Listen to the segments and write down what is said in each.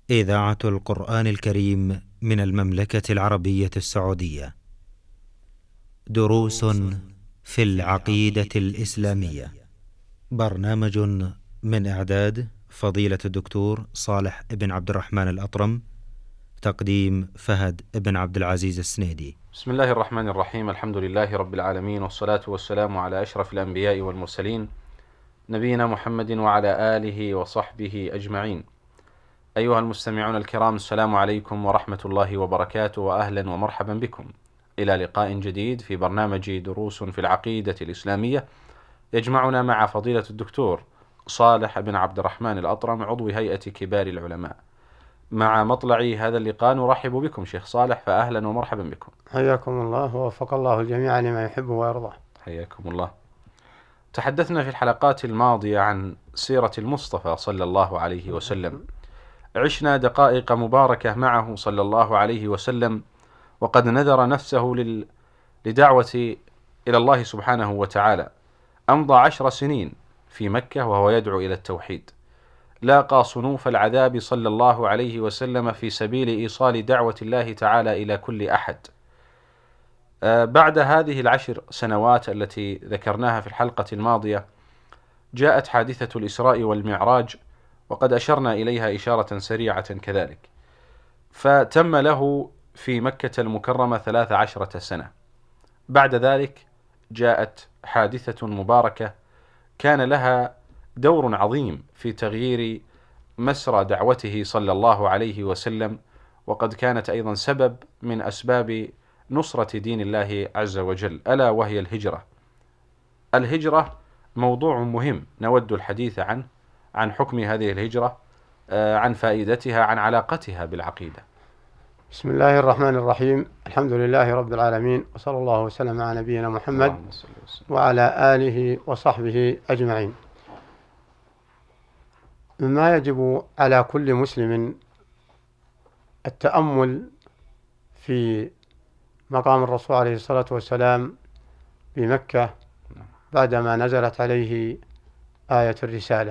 إذاعة القرآن الكريم من المملكة العربية السعودية. دروس في العقيدة الإسلامية. برنامج من إعداد فضيلة الدكتور صالح بن عبد الرحمن الأطرم. تقديم فهد بن عبد العزيز السنيدي. بسم الله الرحمن الرحيم. الحمد لله رب العالمين، والصلاة والسلام على أشرف الأنبياء والمرسلين، نبينا محمد وعلى آله وصحبه أجمعين. أيها المستمعون الكرام، السلام عليكم ورحمة الله وبركاته، وأهلا ومرحبا بكم إلى لقاء جديد في برنامج دروس في العقيدة الإسلامية، يجمعنا مع فضيلة الدكتور صالح بن عبد الرحمن الأطرم، عضو هيئة كبار العلماء. مع مطلع هذا اللقاء نرحب بكم شيخ صالح، فأهلا ومرحبا بكم. حياكم الله، ووفق الله الجميع لما يحب ويرضى. حياكم الله. تحدثنا في الحلقات الماضية عن سيرة المصطفى صلى الله عليه وسلم. عشنا دقائق مباركة معه صلى الله عليه وسلم، وقد نذر نفسه لدعوة إلى الله سبحانه وتعالى. أمضى 10 سنين في مكة وهو يدعو إلى التوحيد. لاقى صنوف العذاب صلى الله عليه وسلم في سبيل إيصال دعوة الله تعالى إلى كل أحد. بعد هذه ال10 سنوات التي ذكرناها في الحلقة الماضية، جاءت حادثة الإسراء والمعراج، وقد أشرنا إليها إشارة سريعة كذلك. فتم له في مكة المكرمة 13 سنة. بعد ذلك جاءت حادثة مباركة كان لها دور عظيم في تغيير مسرى دعوته صلى الله عليه وسلم، وقد كانت أيضا سبب من أسباب نصرة دين الله عز وجل، ألا وهي الهجرة. الهجرة موضوع مهم نود الحديث عنه، عن حكم هذه الهجرة، عن فائدتها، عن علاقتها بالعقيدة. بسم الله الرحمن الرحيم. الحمد لله رب العالمين، وصلى الله وسلم على نبينا محمد وعلى آله وصحبه أجمعين. مما يجب على كل مسلم التأمل في مقام الرسول عليه الصلاة والسلام بمكة بعدما نزلت عليه آية الرسالة،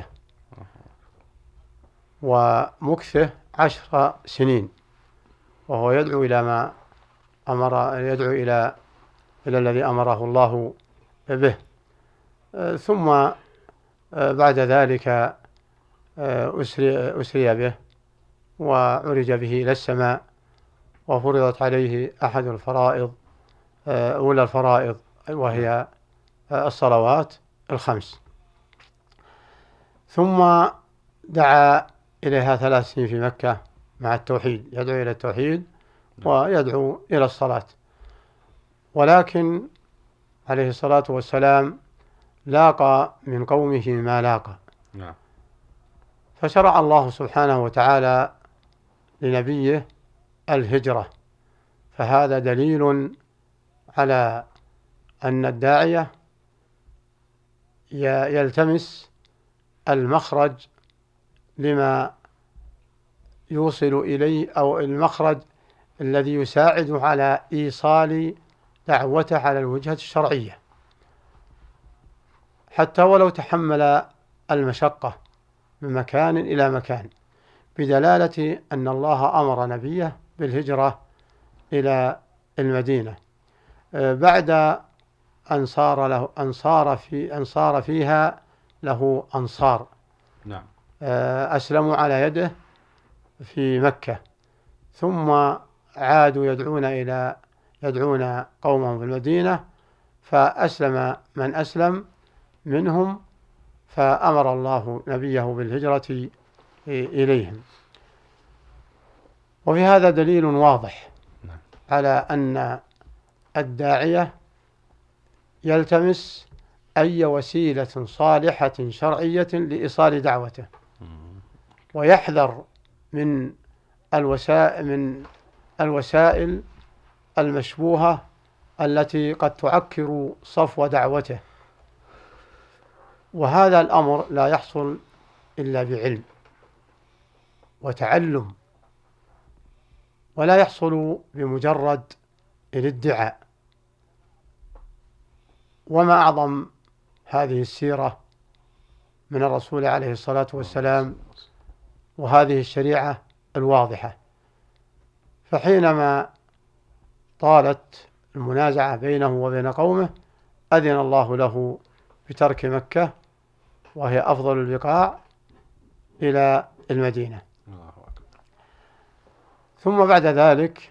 ومكثه 10 سنين وهو يدعو إلى ما يدعو إلى الذي أمره الله به. ثم بعد ذلك أسري به وعرج به إلى السماء، وفرضت عليه أحد الفرائض، أولى الفرائض، وهي الصلوات الخمس. ثم دعا إليها 3 سنين في مكة مع التوحيد، يدعو إلى التوحيد ويدعو إلى الصلاة. ولكن عليه الصلاة والسلام لاقى من قومه ما لاقى، فشرع الله سبحانه وتعالى لنبيه الهجرة. فهذا دليل على أن الداعية يلتمس المخرج لما يوصل إليه، أو المخرج الذي يساعد على إيصال دعوته على الوجهة الشرعية، حتى ولو تحمل المشقة من مكان إلى مكان، بدلالة أن الله أمر نبيه بالهجرة إلى المدينة بعد أن صار فيها له أنصار أسلموا على يده في مكة، ثم عادوا يدعون قومهم في المدينة، فأسلم من أسلم منهم، فأمر الله نبيه بالهجرة إليهم. وفي هذا دليل واضح على أن الداعية يلتمس أي وسيلة صالحة شرعية لإيصال دعوته، ويحذر من الوسائل المشبوهة التي قد تعكر صفو دعوته. وهذا الأمر لا يحصل إلا بعلم وتعلم، ولا يحصل بمجرد الادعاء. وما أعظم هذه السيرة من الرسول عليه الصلاة والسلام، وهذه الشريعة الواضحة. فحينما طالت المنازعة بينه وبين قومه أذن الله له بترك مكة وهي أفضل البقاع إلى المدينة. ثم بعد ذلك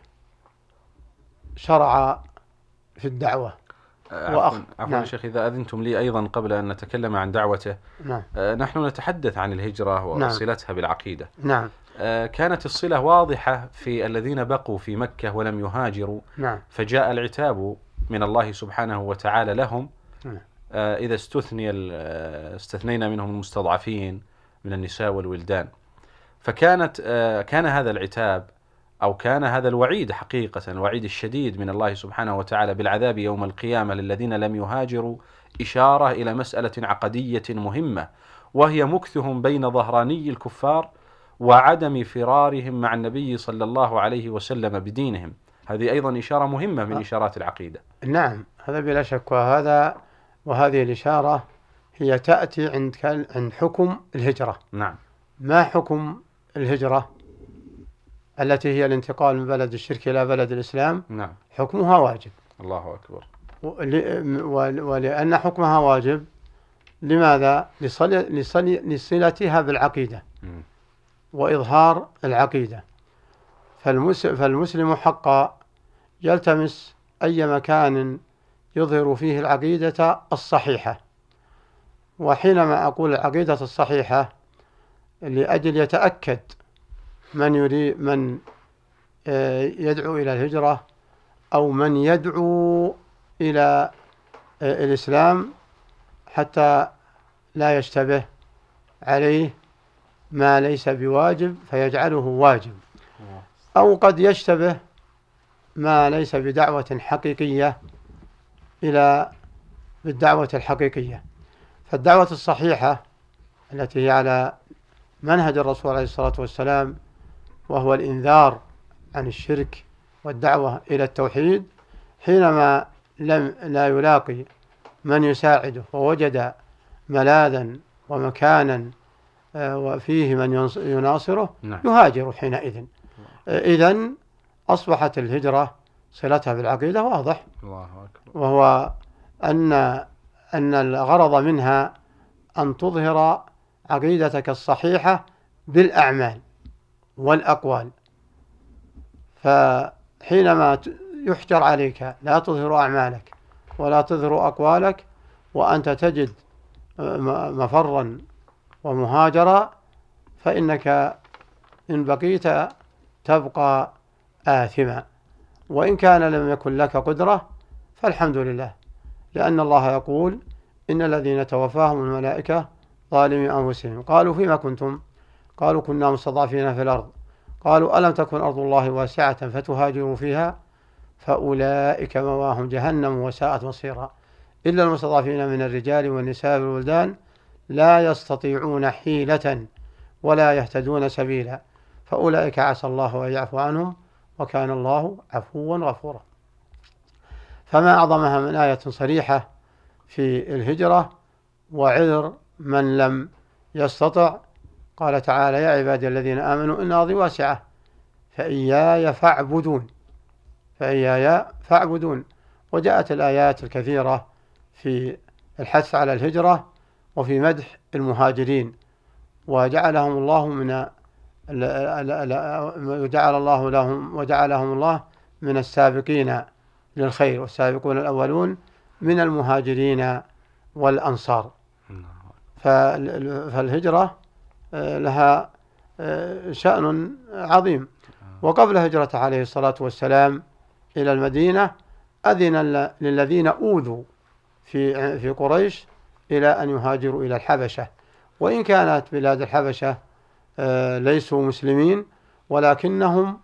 شرع في الدعوة. عفوا نعم. شيخ إذا أذنتم لي أيضا قبل أن نتكلم عن دعوته. نعم. نحن نتحدث عن الهجرة وصلتها بالعقيدة. نعم. كانت الصلة واضحة في الذين بقوا في مكة ولم يهاجروا. نعم. فجاء العتاب من الله سبحانه وتعالى لهم. نعم. إذا استثنينا منهم المستضعفين من النساء والولدان. كان هذا العتاب أو كان هذا الوعيد حقيقة، الوعيد الشديد من الله سبحانه وتعالى بالعذاب يوم القيامة للذين لم يهاجروا، إشارة إلى مسألة عقدية مهمة، وهي مكثهم بين ظهراني الكفار وعدم فرارهم مع النبي صلى الله عليه وسلم بدينهم. هذه أيضا إشارة مهمة من إشارات العقيدة. نعم، هذا بلا شك. وهذه الإشارة هي تأتي عند حكم الهجرة. نعم. ما حكم الهجرة التي هي الانتقال من بلد الشرك إلى بلد الإسلام؟ نعم. حكمها واجب. الله أكبر. ولأن حكمها واجب، لماذا؟ لصلتها بالعقيدة وإظهار العقيدة. فالمسلم حقا يلتمس أي مكان يظهر فيه العقيدة الصحيحة. وحينما أقول العقيدة الصحيحة لأجل يتأكد من يدعو إلى الهجرة أو من يدعو إلى الإسلام حتى لا يشتبه عليه ما ليس بواجب فيجعله واجب، أو قد يشتبه ما ليس بدعوة حقيقية إلى بالدعوة الحقيقية. فالدعوة الصحيحة التي هي على منهج الرسول عليه الصلاة والسلام، وهو الإنذار عن الشرك والدعوة إلى التوحيد، حينما لا يلاقي من يساعده ووجد ملاذا ومكانا وفيه من يناصره يهاجر حينئذ. إذن أصبحت الهجرة صلتها بالعقيدة واضح. الله أكبر. وهو أن الغرض منها أن تظهر عقيدتك الصحيحة بالأعمال والأقوال. فحينما يحجر عليك لا تظهر أعمالك ولا تظهر أقوالك وأنت تجد مفرا ومهاجرا، فإنك إن بقيت تبقى آثما، وإن كان لم يكن لك قدرة فالحمد لله، لأن الله يقول: إن الذين توفاهم الملائكة ظالمي أنفسهم قالوا فيما كنتم؟ قالوا كنا مستضعفين في الأرض قالوا ألم تكن أرض الله واسعة فتهاجروا فيها فأولئك مواهم جهنم وساءت مصيرا إلا المستضعفين من الرجال والنساء والولدان لا يستطيعون حيلة ولا يهتدون سبيلا فأولئك عسى الله أن يعفو عنهم وكان الله عفوا غفورا. فما أعظمها من آية صريحة في الهجرة وعذر من لم يستطع. قال تعالى: يا عبادي الذين آمنوا إن أرضي واسعة فإياي فاعبدون. وجاءت الآيات الكثيرة في الحث على الهجرة وفي مدح المهاجرين، وجعلهم الله من السابقين للخير، والسابقون الأولون من المهاجرين والأنصار. فالهجرة لها شأن عظيم. وقبل هجرته عليه الصلاة والسلام إلى المدينة أذن للذين أوذوا في قريش إلى أن يهاجروا إلى الحبشة، وإن كانت بلاد الحبشة ليسوا مسلمين ولكنهم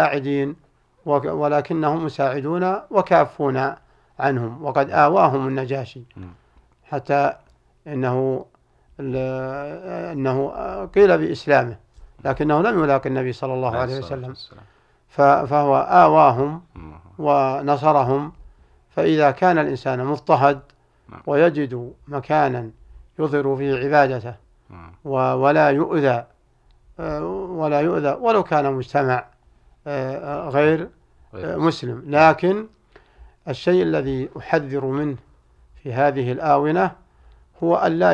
مساعدون وكافون عنهم، وقد آواهم النجاشي حتى إنه قيل بإسلامه لكنه لم يلاقي النبي صلى الله عليه وسلم، فهو آواهم ونصرهم. فإذا كان الإنسان مضطهد ويجد مكانا يظهر فيه عبادته ولا يؤذى ولا يؤذى ولو كان مجتمع غير مسلم. لكن الشيء الذي أحذر منه في هذه الآونة هو أن لا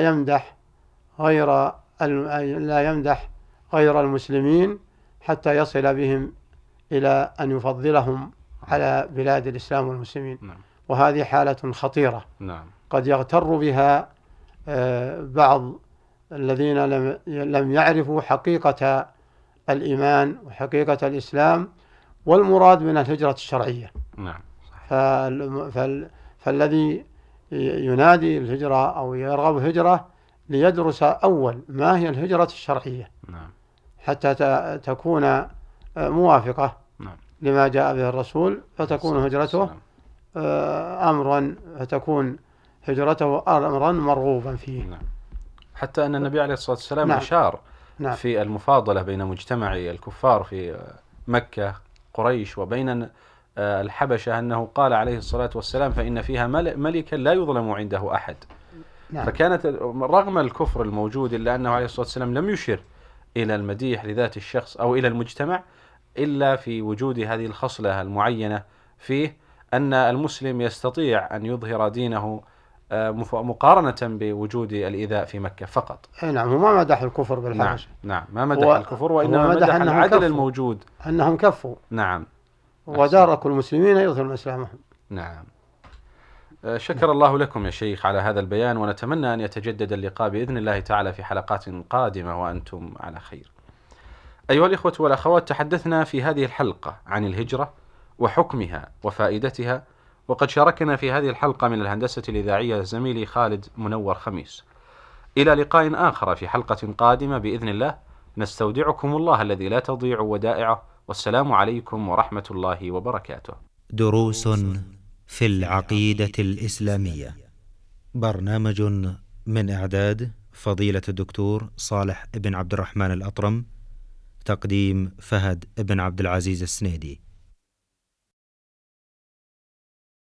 يمدح غير المسلمين حتى يصل بهم إلى أن يفضلهم على بلاد الإسلام والمسلمين. وهذه حالة خطيرة قد يغتر بها بعض الذين لم يعرفوا حقيقة الإيمان وحقيقة الإسلام والمراد من الهجرة الشرعية. فالذي ينادي الهجرة أو يرغب هجرة ليدرس أول ما هي الهجرة الشرعية حتى تكون موافقة لما جاء به الرسول، فتكون هجرته فتكون هجرته أمرا مرغوبا فيه. حتى أن النبي عليه الصلاة والسلام أشار في المفاضلة بين مجتمعي الكفار في مكة قريش وبين الحبشة أنه قال عليه الصلاة والسلام فإن فيها ملكا لا يظلم عنده أحد. فكانت رغم الكفر الموجود إلا أنه عليه الصلاة والسلام لم يشر إلى المديح لذات الشخص أو إلى المجتمع إلا في وجود هذه الخصلة المعينة فيه، أن المسلم يستطيع أن يظهر دينه مقارنة بوجود الإيذاء في مكة فقط. نعم، هو ما مدح الكفر بالحبشة. نعم ما مدح الكفر وإنما مدح العدل الموجود، أنهم كفوا. نعم. وداركوا المسلمين يظهرون إسلامهم. نعم. شكر الله لكم يا شيخ على هذا البيان، ونتمنى أن يتجدد اللقاء بإذن الله تعالى في حلقات قادمة وأنتم على خير. أيها الإخوة والأخوات، تحدثنا في هذه الحلقة عن الهجرة وحكمها وفائدتها، وقد شاركنا في هذه الحلقة من الهندسة الإذاعية زميلي خالد منور خميس. إلى لقاء آخر في حلقة قادمة بإذن الله، نستودعكم الله الذي لا تضيع ودائعه، والسلام عليكم ورحمة الله وبركاته. دروس في العقيدة الإسلامية، برنامج من إعداد فضيلة الدكتور صالح بن عبد الرحمن الأطرم، تقديم فهد بن عبد العزيز السنيدي.